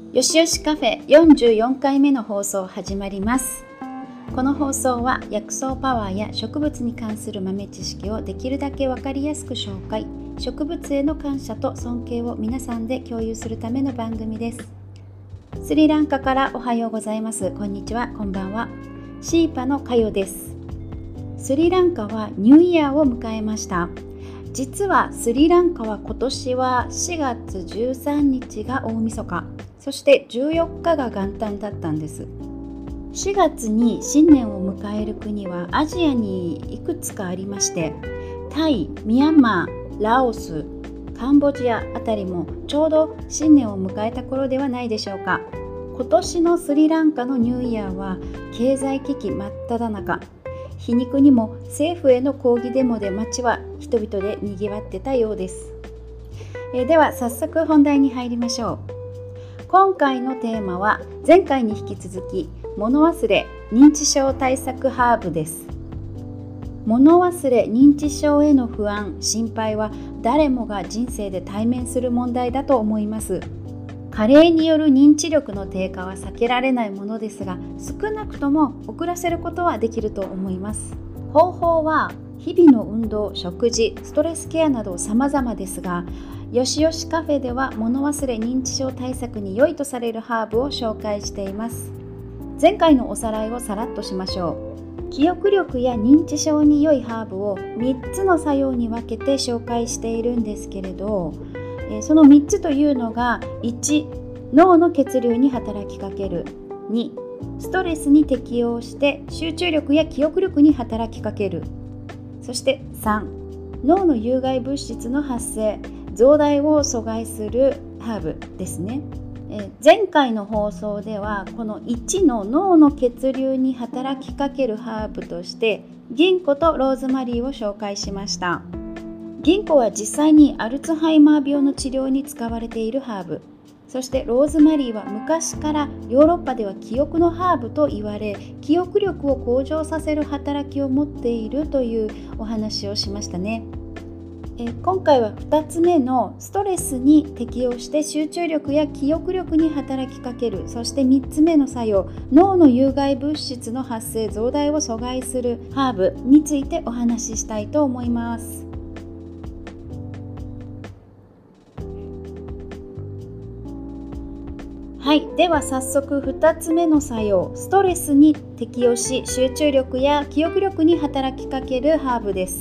よしよしカフェ44回目の放送始まります。この放送は薬草パワーや植物に関する豆知識をできるだけ分かりやすく紹介、植物への感謝と尊敬を皆さんで共有するための番組です。スリランカからおはようございます、こんにちは、こんばんは。シーパのカヨです。スリランカはニューイヤーを迎えました。実はスリランカは今年は4月13日が大晦日、そして14日が元旦だったんです。4月に新年を迎える国はアジアにいくつかありまして、タイ、ミャンマー、ラオス、カンボジアあたりもちょうど新年を迎えた頃ではないでしょうか。今年のスリランカのニューイヤーは経済危機真っ只中、皮肉にも政府への抗議デモで街は人々でにぎわってたようです。では早速本題に入りましょう。今回のテーマは前回に引き続き物忘れ認知症対策ハーブです。物忘れ認知症への不安、心配は誰もが人生で対面する問題だと思います。加齢による認知力の低下は避けられないものですが、少なくとも遅らせることはできると思います。方法は日々の運動、食事、ストレスケアなど様々ですが、よしよしカフェでは物忘れ認知症対策に良いとされるハーブを紹介しています。前回のおさらいをさらっとしましょう。記憶力や認知症に良いハーブを3つの作用に分けて紹介しているんですけれど、その3つというのが1、脳の血流に働きかける。2、ストレスに適応して集中力や記憶力に働きかける。そして3、脳の有害物質の発生、増大を阻害するハーブですね。前回の放送ではこの1の脳の血流に働きかけるハーブとしてギンコとローズマリーを紹介しました。ギンコは実際にアルツハイマー病の治療に使われているハーブ、そしてローズマリーは昔からヨーロッパでは記憶のハーブと言われ、記憶力を向上させる働きを持っているというお話をしましたね。今回は2つ目のストレスに適応して集中力や記憶力に働きかける、そして3つ目の作用、脳の有害物質の発生増大を阻害するハーブについてお話ししたいと思います。はい、では早速2つ目の作用、ストレスに適応し集中力や記憶力に働きかけるハーブです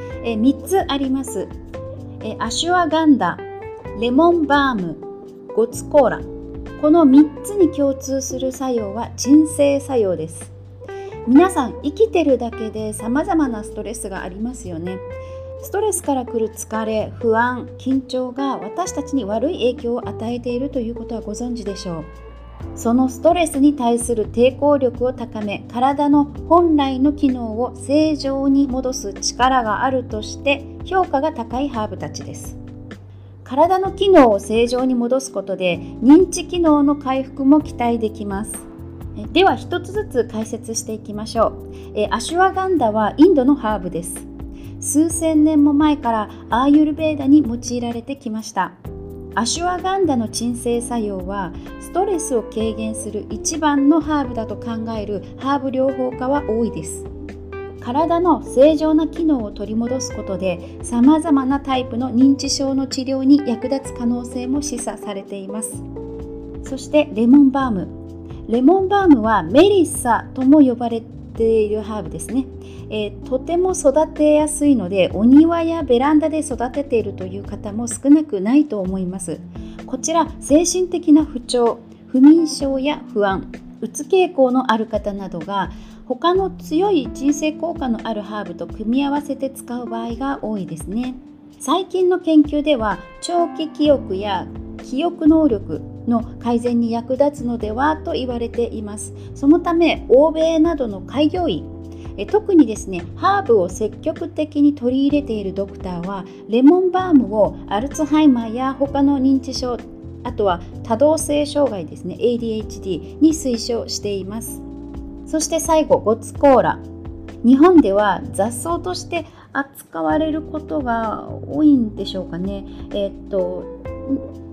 。3つあります。アシュワガンダ、レモンバーム、ゴツコーラ。この3つに共通する作用は鎮静作用です。皆さん生きてるだけで様々なストレスがありますよね。ストレスから来る疲れ、不安、緊張が私たちに悪い影響を与えているということはご存知でしょう。そのストレスに対する抵抗力を高め、体の本来の機能を正常に戻す力があるとして評価が高いハーブたちです。体の機能を正常に戻すことで認知機能の回復も期待できます。では一つずつ解説していきましょう。アシュワガンダはインドのハーブです。数千年も前からアーユルベーダに用いられてきました。アシュワガンダの鎮静作用はストレスを軽減する一番のハーブだと考えるハーブ療法家は多いです。体の正常な機能を取り戻すことで様々なタイプの認知症の治療に役立つ可能性も示唆されています。そしてレモンバーム。レモンバームはメリッサとも呼ばれているハーブですね。とても育てやすいのでお庭やベランダで育てているという方も少なくないと思います。こちら精神的な不調、不眠症や不安、うつ傾向のある方などが他の強い鎮静効果のあるハーブと組み合わせて使う場合が多いですね。最近の研究では長期記憶や記憶能力の改善に役立つのではと言われています。そのため欧米などの開業医、特にですねハーブを積極的に取り入れているドクターはレモンバームをアルツハイマーや他の認知症、あとは多動性障害ですね ADHD に推奨しています。そして最後ゴツコーラ。日本では雑草として扱われることが多いんでしょうかね。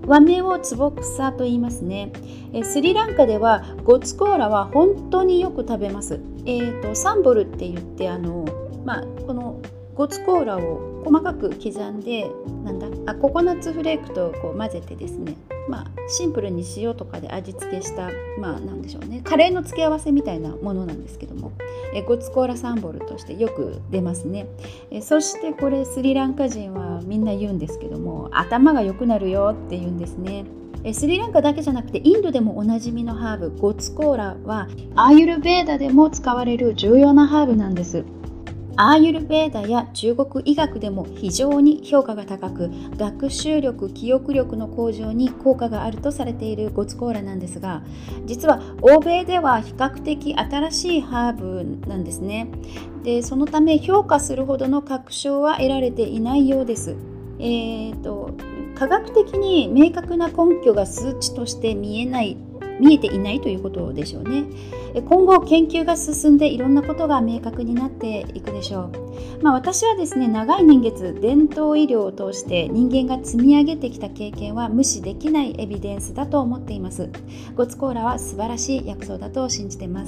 和名をツボクサと言いますね。スリランカではゴツコーラは本当によく食べます。サンボルって言ってこのゴツコーラを細かく刻んでココナッツフレークと混ぜてですね、シンプルに塩とかで味付けしたなんでしょうね、カレーの付け合わせみたいなものなんですけども、ゴツコーラサンボルとしてよく出ますね。そしてこれスリランカ人はみんな言うんですけども、頭が良くなるよって言うんですね。スリランカだけじゃなくてインドでもおなじみのハーブゴツコーラはアーユルヴェーダでも使われる重要なハーブなんです。アーユルヴェーダや中国医学でも非常に評価が高く、学習力、記憶力の向上に効果があるとされているゴツコーラなんですが、実は欧米では比較的新しいハーブなんですね。で、そのため評価するほどの確証は得られていないようです。科学的に明確な根拠が数値として見えていないということでしょうね。今後研究が進んでいろんなことが明確になっていくでしょう。私はですね、長い年月伝統医療を通して人間が積み上げてきた経験は無視できないエビデンスだと思っています。ゴツコーラは素晴らしい薬草だと信じています。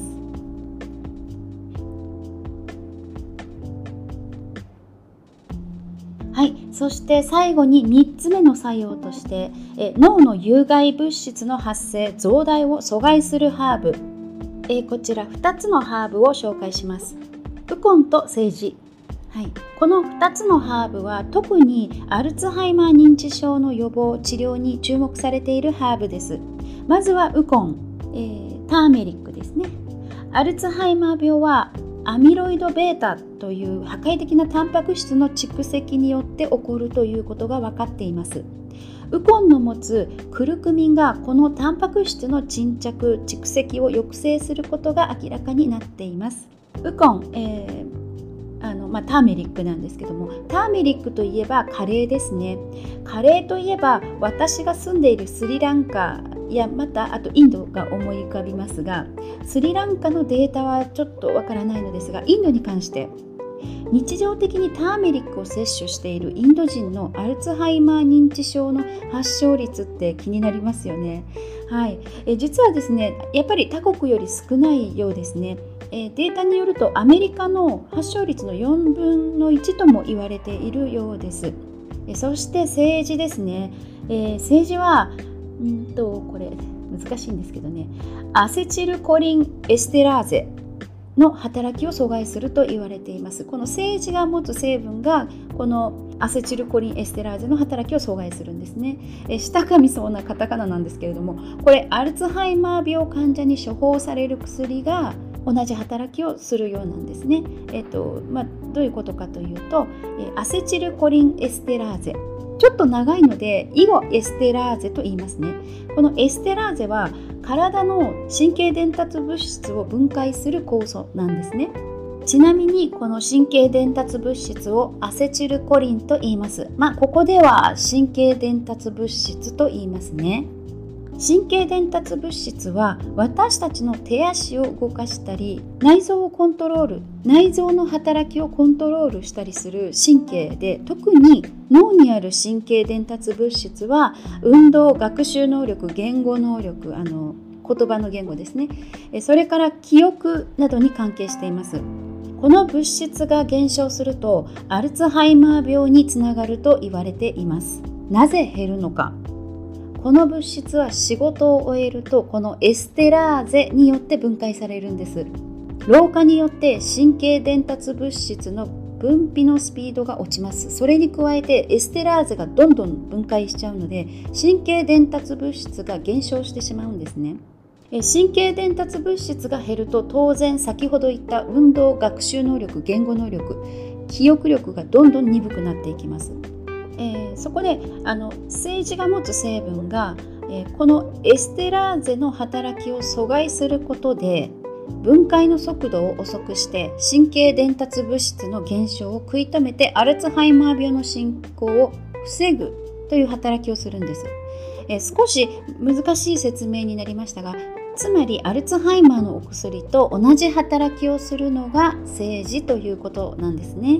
はい、そして最後に3つ目の作用として脳の有害物質の発生増大を阻害するハーブ、こちら2つのハーブを紹介します。ウコンとセージ。はい、この2つのハーブは特にアルツハイマー認知症の予防治療に注目されているハーブです。まずはウコン、ターメリックですね。アルツハイマー病はアミロイド β という破壊的なタンパク質の蓄積によって起こるということが分かっています。ウコンの持つクルクミンがこのタンパク質の沈着・蓄積を抑制することが明らかになっています。ウコン、ターメリックなんですけども、ターメリックといえばカレーですね。カレーといえば私が住んでいるスリランカやまたあとインドが思い浮かびますが、スリランカのデータはちょっとわからないのですが、インドに関して日常的にターメリックを摂取しているインド人のアルツハイマー認知症の発症率って気になりますよね。はい、実はですね、やっぱり他国より少ないようですね。データによるとアメリカの発症率の4分の1とも言われているようです。そして政治ですね。政治はこれ難しいんですけどね、アセチルコリンエステラーゼの働きを阻害すると言われています。このセージが持つ成分がこのアセチルコリンエステラーゼの働きを阻害するんですね。舌噛みそうなカタカナなんですけれども、これアルツハイマー病患者に処方される薬が同じ働きをするようなんですね。どういうことかというと、アセチルコリンエステラーゼ、ちょっと長いので以後エステラーゼと言いますね。このエステラーゼは体の神経伝達物質を分解する酵素なんですね。ちなみにこの神経伝達物質をアセチルコリンと言います。ここでは神経伝達物質と言いますね。神経伝達物質は私たちの手足を動かしたり、内臓の働きをコントロールしたりする神経で、特に脳にある神経伝達物質は運動、学習能力、言語能力、言葉の言語ですね、それから記憶などに関係しています。この物質が減少するとアルツハイマー病につながると言われています。なぜ減るのか。この物質は仕事を終えるとこのエステラーゼによって分解されるんです。老化によって神経伝達物質の分泌のスピードが落ちます。それに加えてエステラーゼがどんどん分解しちゃうので神経伝達物質が減少してしまうんですね。神経伝達物質が減ると当然先ほど言った運動、学習能力、言語能力、記憶力がどんどん鈍くなっていきます。そこでセージが持つ成分が、このエステラーゼの働きを阻害することで分解の速度を遅くして神経伝達物質の減少を食い止めてアルツハイマー病の進行を防ぐという働きをするんです。少し難しい説明になりましたが、つまりアルツハイマーのお薬と同じ働きをするのがセージということなんですね。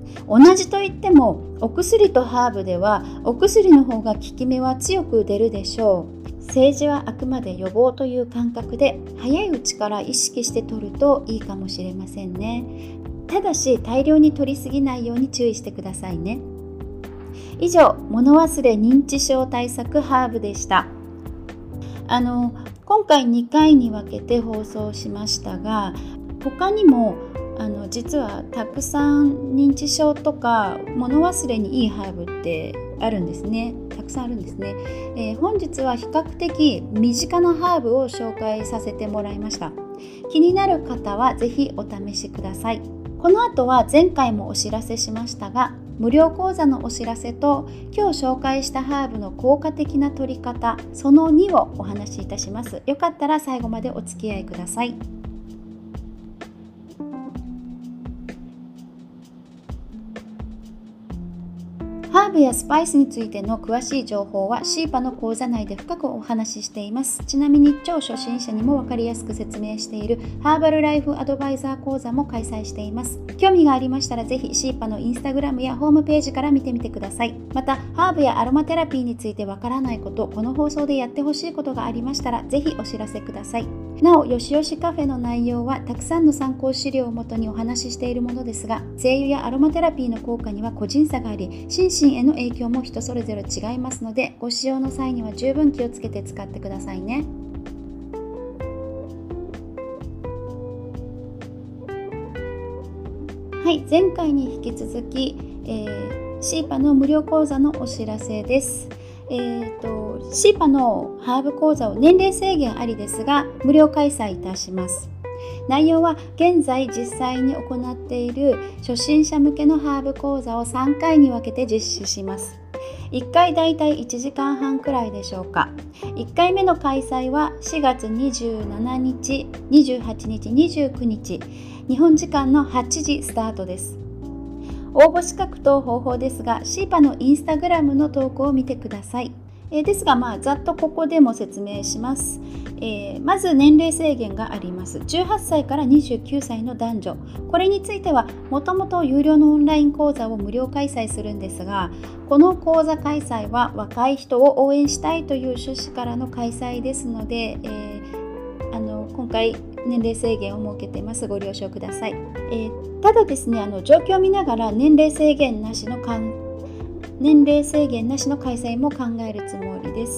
同じといってもお薬とハーブではお薬の方が効き目は強く出るでしょう。政治はあくまで予防という感覚で早いうちから意識して取るといいかもしれませんね。ただし大量に取りすぎないように注意してくださいね。以上、物忘れ認知症対策ハーブでした。今回2回に分けて放送しましたが、他にも実はたくさん認知症とか物忘れにいいハーブってあるんですね。たくさんあるんですね。本日は比較的身近なハーブを紹介させてもらいました。気になる方はぜひお試しください。この後は前回もお知らせしましたが、無料講座のお知らせと今日紹介したハーブの効果的な取り方その2をお話しいたします。よかったら最後までお付き合いください。ハーブやスパイスについての詳しい情報はシーパの講座内で深くお話ししています。ちなみに超初心者にも分かりやすく説明しているハーバルライフアドバイザー講座も開催しています。興味がありましたらぜひシーパのインスタグラムやホームページから見てみてください。またハーブやアロマテラピーについてわからないこと、この放送でやってほしいことがありましたらぜひお知らせください。なお、よしよしカフェの内容はたくさんの参考資料をもとにお話ししているものですが、精油やアロマテラピーの効果には個人差があり、心身への影響も人それぞれ違いますので、ご使用の際には十分気をつけて使ってくださいね。はい、前回に引き続き、シーパの無料講座のお知らせです。シーパのハーブ講座を年齢制限ありですが無料開催いたします。内容は現在実際に行っている初心者向けのハーブ講座を3回に分けて実施します。1回だいたい1時間半くらいでしょうか。1回目の開催は4月27日、28日、29日、日本時間の8時スタートです。応募資格と方法ですが、シーパのインスタグラムの投稿を見てください。ですが、ざっとここでも説明します。まず年齢制限があります。18歳から29歳の男女。これについては、もともと有料のオンライン講座を無料開催するんですが、この講座開催は若い人を応援したいという趣旨からの開催ですので、今回年齢制限を設けています。ご了承ください。ただですね、状況を見ながら年齢制限なしの開催も考えるつもりです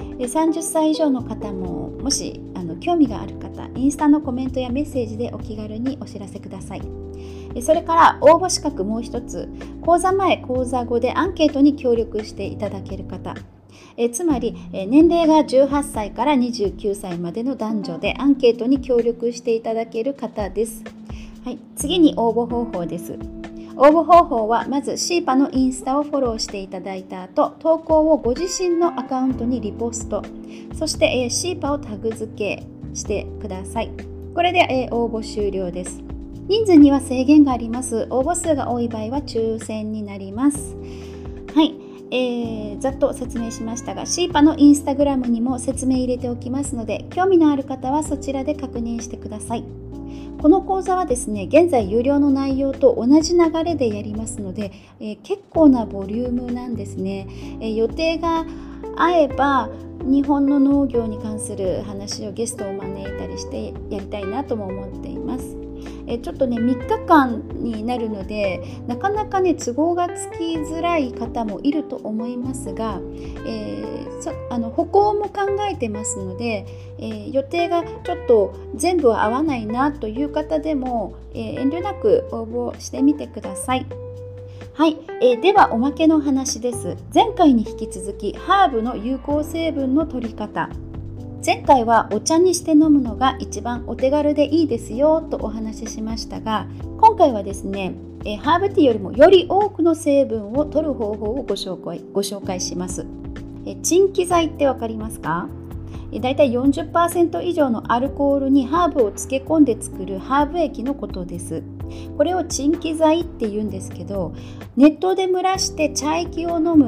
。30歳以上の方ももし興味がある方、インスタのコメントやメッセージでお気軽にお知らせください。それから応募資格もう一つ、講座前講座後でアンケートに協力していただける方、つまり年齢が18歳から29歳までの男女でアンケートに協力していただける方です。はい、次に応募方法です。応募方法はまずシーパのインスタをフォローしていただいた後、投稿をご自身のアカウントにリポスト、そしてシーパをタグ付けしてください。これで応募終了です。人数には制限があります。応募数が多い場合は抽選になります。はい、ざっと説明しましたが、シーパのインスタグラムにも説明入れておきますので、興味のある方はそちらで確認してください。この講座はですね、現在有料の内容と同じ流れでやりますので、結構なボリュームなんですね。予定が合えば日本の農業に関する話をゲストを招いたりしてやりたいなとも思っています。ちょっとね、3日間になるのでなかなかね都合がつきづらい方もいると思いますが、歩行も考えてますので、予定がちょっと全部は合わないなという方でも、遠慮なく応募してみてください。はい、ではおまけの話です。前回に引き続きハーブの有効成分の取り方。前回はお茶にして飲むのが一番お手軽でいいですよとお話ししましたが、今回はですね、ハーブティーよりもより多くの成分を取る方法をご紹介します。鎮気剤ってわかりますか？だいたい 40% 以上のアルコールにハーブを漬け込んで作るハーブ液のことです。これを鎮気剤って言うんですけど、熱湯で蒸らして茶液を飲む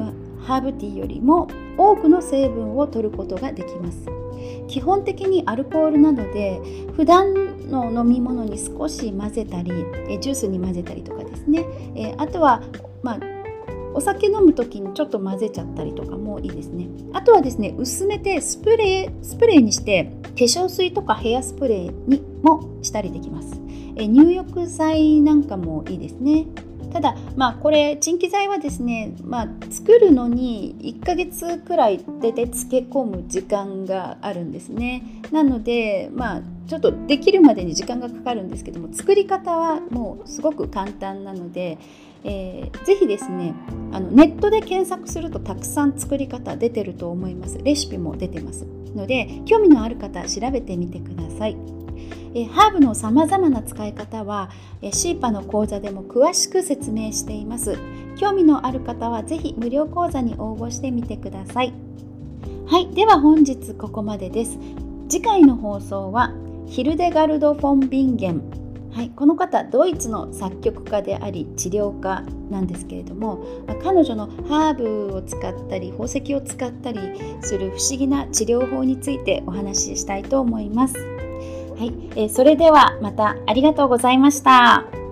ハーブティーよりも多くの成分を取ることができます。基本的にアルコールなので、普段の飲み物に少し混ぜたり、ジュースに混ぜたりとかですね、あとはお酒飲む時にちょっと混ぜちゃったりとかもいいですね。あとはですね、薄めてスプレーにして化粧水とかヘアスプレーにもしたりできます。入浴剤なんかもいいですね。ただこれ鎮気剤はですね、作るのに1ヶ月くらいで漬け込む時間があるんですね。なのでちょっとできるまでに時間がかかるんですけども、作り方はもうすごく簡単なので、ぜひですねネットで検索するとたくさん作り方出てると思います。レシピも出てますので、興味のある方調べてみてください。ハーブのさまざまな使い方はシーパの講座でも詳しく説明しています。興味のある方はぜひ無料講座に応募してみてください。はい、では本日ここまでです。次回の放送はヒルデガルド・フォン・ビンゲン、この方ドイツの作曲家であり治療家なんですけれども、彼女のハーブを使ったり宝石を使ったりする不思議な治療法についてお話ししたいと思います。それではまたありがとうございました。